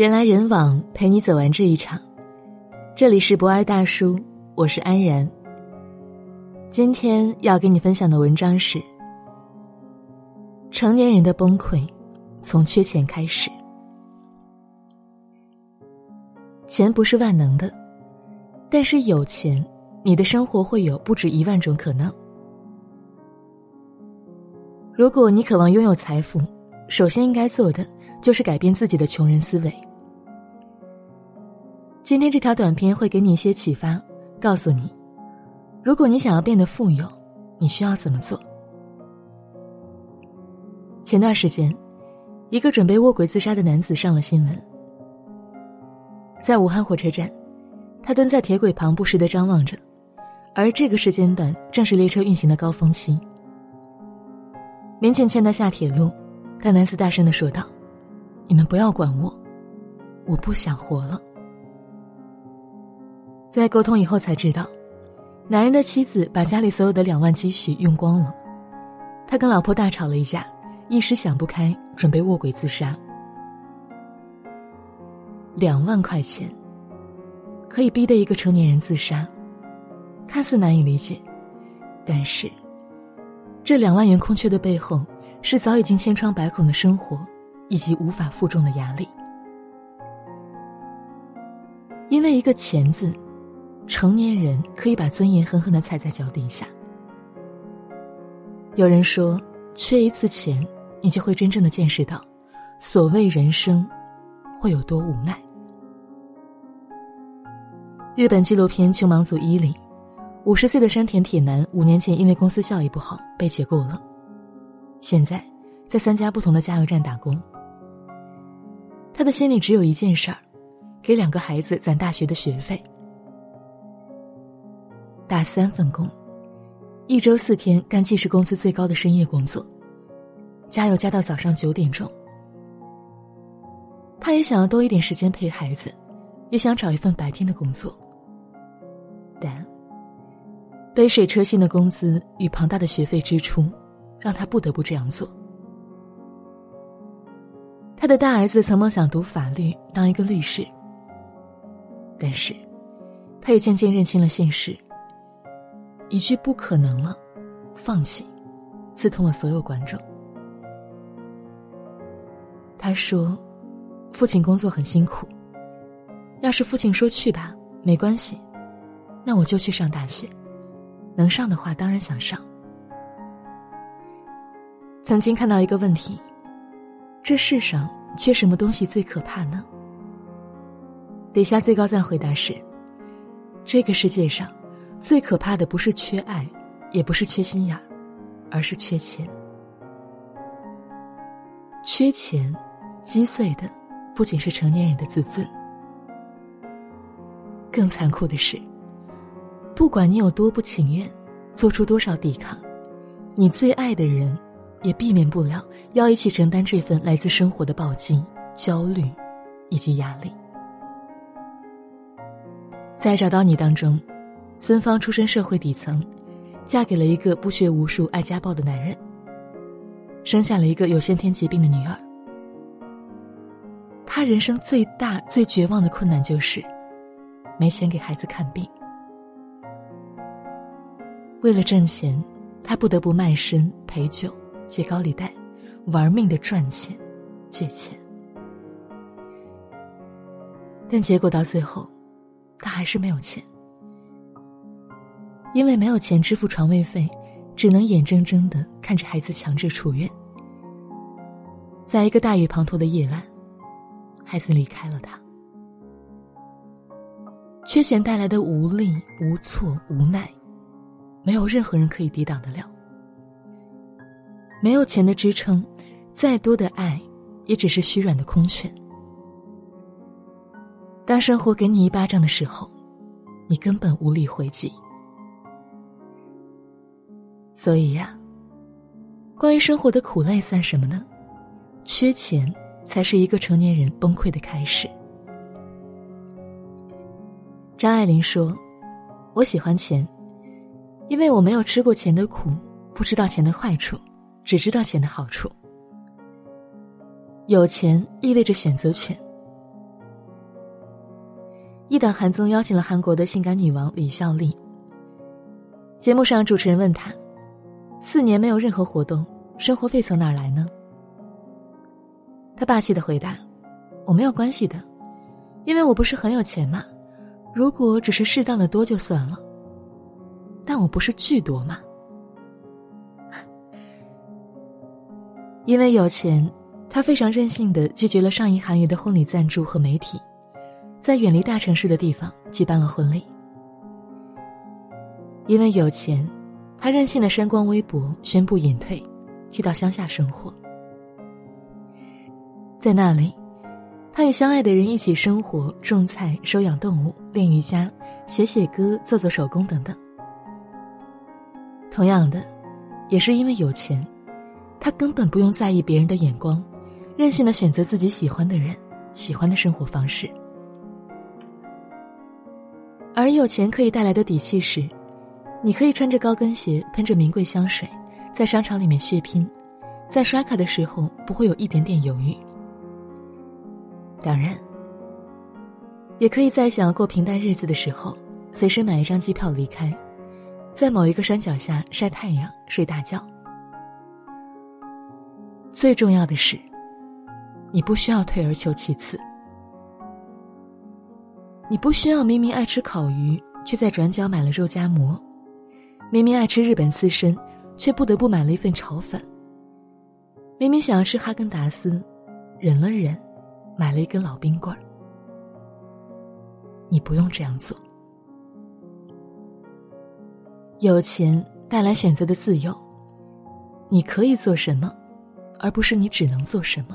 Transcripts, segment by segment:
人来人往，陪你走完这一场。这里是博二大叔，我是安然。今天要给你分享的文章是成年人的崩溃从缺钱开始。钱不是万能的，但是有钱，你的生活会有不止1万种可能。如果你渴望拥有财富，首先应该做的就是改变自己的穷人思维。今天这条短片会给你一些启发，告诉你，如果你想要变得富有，你需要怎么做。前段时间，一个准备卧轨自杀的男子上了新闻。在武汉火车站，他蹲在铁轨旁不时地张望着，而这个时间段正是列车运行的高峰期。民警劝他下铁路，但男子大声地说道：“你们不要管我，我不想活了。”在沟通以后才知道，男人的妻子把家里所有的2万积蓄用光了，他跟老婆大吵了一架，一时想不开，准备卧轨自杀。2万块钱可以逼得一个成年人自杀，看似难以理解，但是这2万元空缺的背后，是早已经千疮百孔的生活以及无法负重的压力。因为一个钱字，成年人可以把尊严狠狠地踩在脚底下。有人说，缺一次钱，你就会真正的见识到所谓人生会有多无奈。日本纪录片《穷忙族1》里，50岁的山田铁男5年前因为公司效益不好被解雇了，现在在3家不同的加油站打工。他的心里只有一件事儿，给2个孩子攒大学的学费。打3份工，1周4天干既是公司最高的深夜工作，加油加到早上9点钟。他也想要多一点时间陪孩子，也想找一份白天的工作，但杯水车薪的工资与庞大的学费支出让他不得不这样做。他的大儿子曾梦想读法律，当一个律师，但是他也渐渐认清了现实，一句不可能了，放弃，刺痛了所有观众。他说，父亲工作很辛苦，要是父亲说去吧，没关系，那我就去上大学，能上的话当然想上。曾经看到一个问题，这世上缺什么东西最可怕呢？底下最高赞回答是，这个世界上最可怕的不是缺爱，也不是缺心眼儿，而是缺钱。缺钱击碎的不仅是成年人的自尊，更残酷的是，不管你有多不情愿，做出多少抵抗，你最爱的人也避免不了要一起承担这份来自生活的暴击、焦虑以及压力。在找到你当中，孙芳出身社会底层，嫁给了一个不学无术、爱家暴的男人，生下了一个有先天疾病的女儿。她人生最大、最绝望的困难就是没钱给孩子看病。为了挣钱，她不得不卖身、陪酒、借高利贷，玩命的赚钱、借钱。但结果到最后，她还是没有钱。因为没有钱支付床位费，只能眼睁睁地看着孩子强制出院。在一个大雨滂沱的夜晚，孩子离开了他。缺钱带来的无力、无措、无奈，没有任何人可以抵挡得了。没有钱的支撑，再多的爱也只是虚软的空拳。当生活给你一巴掌的时候，你根本无力回击。所以呀，关于生活的苦累算什么呢？缺钱才是一个成年人崩溃的开始。张爱玲说，我喜欢钱，因为我没有吃过钱的苦，不知道钱的坏处，只知道钱的好处。有钱意味着选择权， 一档韩综邀请了韩国的性感女王李孝利。节目上主持人问她，4年没有任何活动，生活费从哪儿来呢？她霸气地回答，我没有关系的，因为我不是很有钱嘛，如果只是适当的多就算了，但我不是巨多嘛。因为有钱，她非常任性地拒绝了上亿韩元的婚礼赞助和媒体，在远离大城市的地方举办了婚礼。因为有钱，她任性地删光微博，宣布隐退，去到乡下生活。在那里，她与相爱的人一起生活、种菜、收养动物、练瑜伽、写歌、做手工等等。同样的，也是因为有钱，她根本不用在意别人的眼光，任性地选择自己喜欢的人、喜欢的生活方式。而有钱可以带来的底气是，你可以穿着高跟鞋，喷着名贵香水，在商场里面血拼，在刷卡的时候不会有一点点犹豫。当然，也可以在想要过平淡日子的时候，随时买一张机票离开，在某一个山脚下晒太阳、睡大觉。最重要的是，你不需要退而求其次。你不需要明明爱吃烤鱼，却在转角买了肉夹馍；明明爱吃日本刺身，却不得不买了一份炒粉；明明想要吃哈根达斯，忍了忍，买了一根老冰棍儿。你不用这样做。有钱带来选择的自由，你可以做什么，而不是你只能做什么。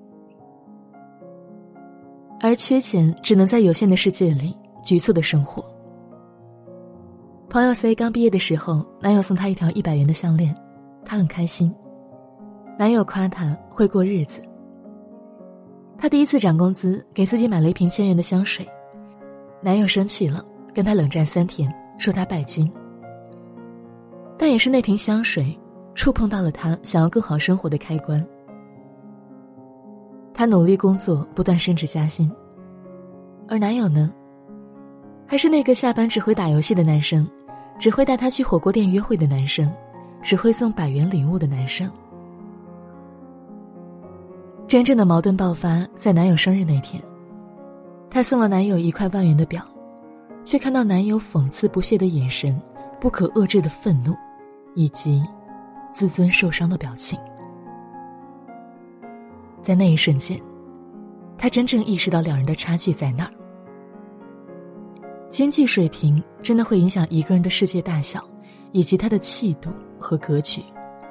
而缺钱只能在有限的世界里局促的生活。朋友 C 刚毕业的时候，男友送她一条100元的项链，她很开心。男友夸她会过日子。她第一次涨工资，给自己买了一瓶1000元的香水，男友生气了，跟她冷战3天，说她拜金。但也是那瓶香水触碰到了她想要更好生活的开关。她努力工作，不断升职加薪。而男友呢，还是那个下班只会打游戏的男生，只会带她去火锅店约会的男生，只会送100元礼物的男生。真正的矛盾爆发在男友生日那天，她送了男友1块万元的表，却看到男友讽刺不屑的眼神、不可遏制的愤怒，以及自尊受伤的表情。在那一瞬间，她真正意识到2人的差距在那儿。经济水平真的会影响一个人的世界大小，以及他的气度和格局。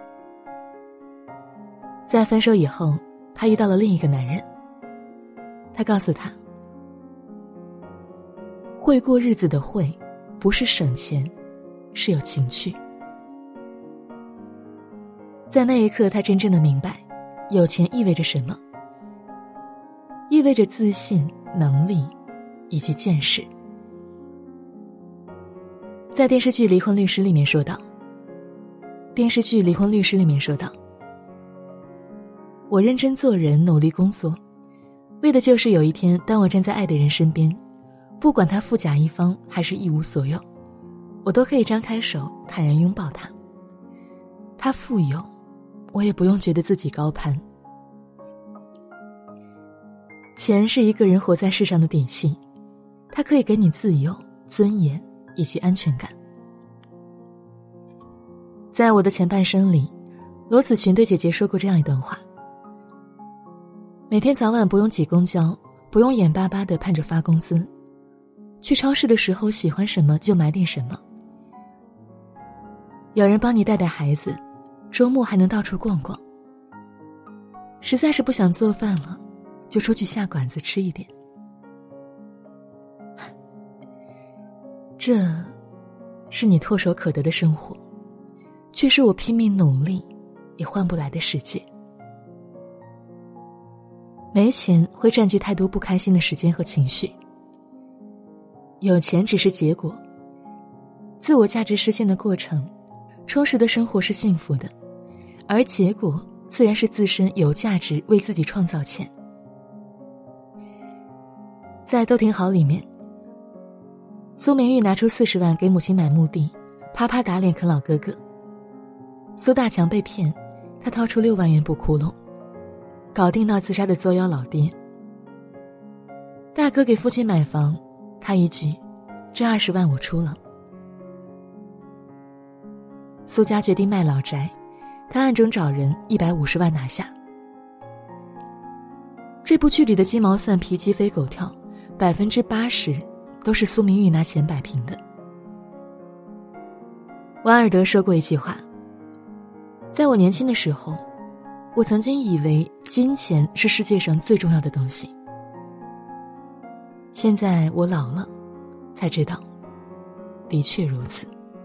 在分手以后，她遇到了另一个男人。他告诉她，会过日子的会，不是省钱，是有情趣。在那一刻，她真正的明白，有钱意味着什么？意味着自信、能力以及见识。在电视剧《离婚律师》里面说到，我认真做人，努力工作，为的就是有一天，当我站在爱的人身边，不管他富甲一方还是一无所有，我都可以张开手，坦然拥抱他。他富有，我也不用觉得自己高攀。钱是一个人活在世上的底气，它可以给你自由、尊严以及安全感。在我的前半生里，罗子群对姐姐说过这样一段话：每天早晚不用挤公交，不用眼巴巴地盼着发工资，去超市的时候喜欢什么就买点什么，有人帮你带带孩子，周末还能到处逛逛。实在是不想做饭了，就出去下馆子吃一点。这是你唾手可得的生活，却是我拼命努力也换不来的世界。没钱会占据太多不开心的时间和情绪，有钱只是结果。自我价值实现的过程，充实的生活是幸福的，而结果自然是自身有价值，为自己创造钱。在都挺好里面， 苏明玉拿出40万给母亲买墓地，啪啪打脸啃老哥哥。苏大强被骗，他掏出6万元补窟窿，搞定到自杀的作妖老爹。大哥给父亲买房，他一句这20万我出了。苏家决定卖老宅，他暗中找人150万拿下。这部剧里的鸡毛蒜皮鸡飞狗跳，80%都是苏明玉拿钱摆平的。王尔德说过一句话，在我年轻的时候，我曾经以为金钱是世界上最重要的东西。现在我老了，才知道，的确如此。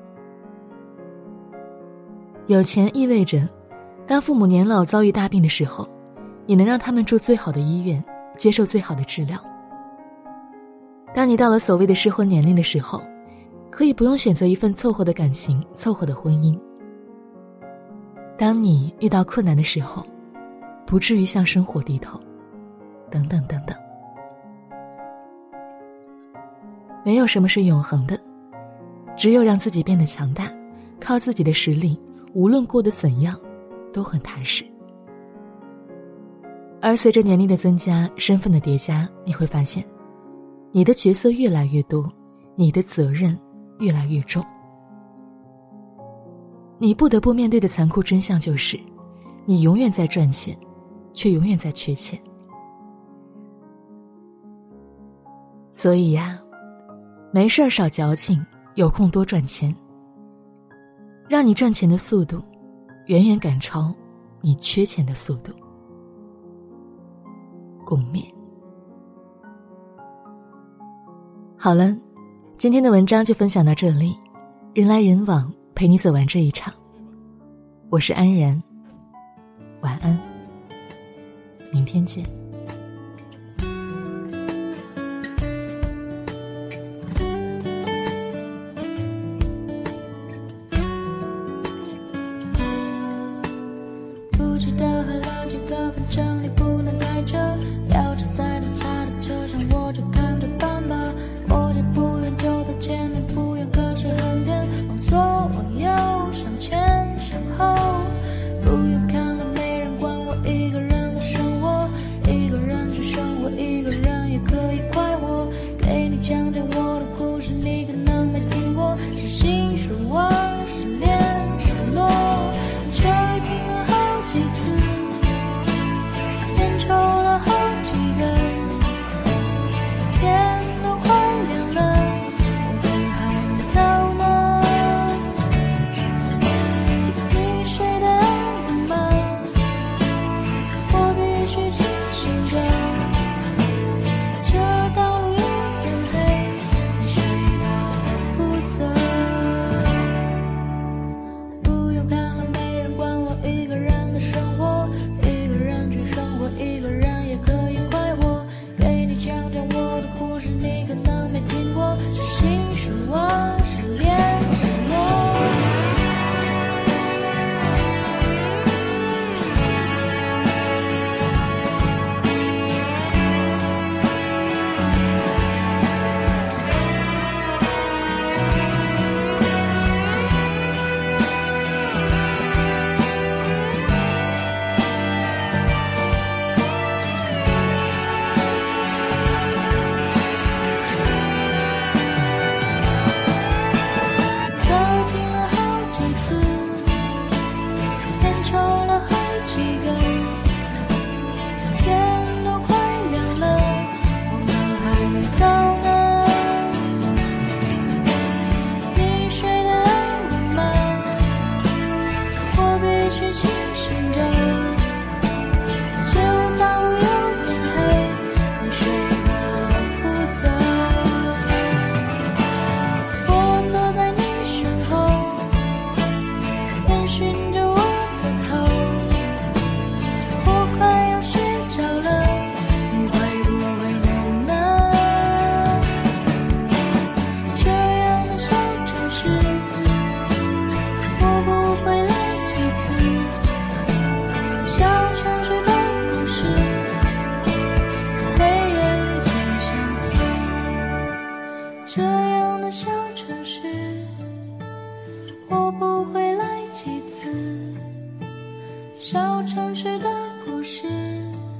有钱意味着，当父母年老遭遇大病的时候，你能让他们住最好的医院，接受最好的治疗。当你到了所谓的适婚年龄的时候，可以不用选择一份凑合的感情，凑合的婚姻。当你遇到困难的时候，不至于向生活低头，等等等等。没有什么是永恒的，只有让自己变得强大，靠自己的实力，无论过得怎样，都很踏实。而随着年龄的增加，身份的叠加，你会发现，你的角色越来越多，你的责任越来越重。你不得不面对的残酷真相就是，你永远在赚钱，却永远在缺钱。所以呀，没事儿少矫情，有空多赚钱，让你赚钱的速度远远赶超你缺钱的速度。共勉。好了，今天的文章就分享到这里，人来人往，陪你走完这一场。我是安然，晚安，明天见。 不知道还了几个，反正你不能开车，要是在等他的车上，我就看着办吧。我家不远就在前面，不远可是很偏，往左往右，向前向后，不用看了没人管我一个人的生活。 小城市的故事。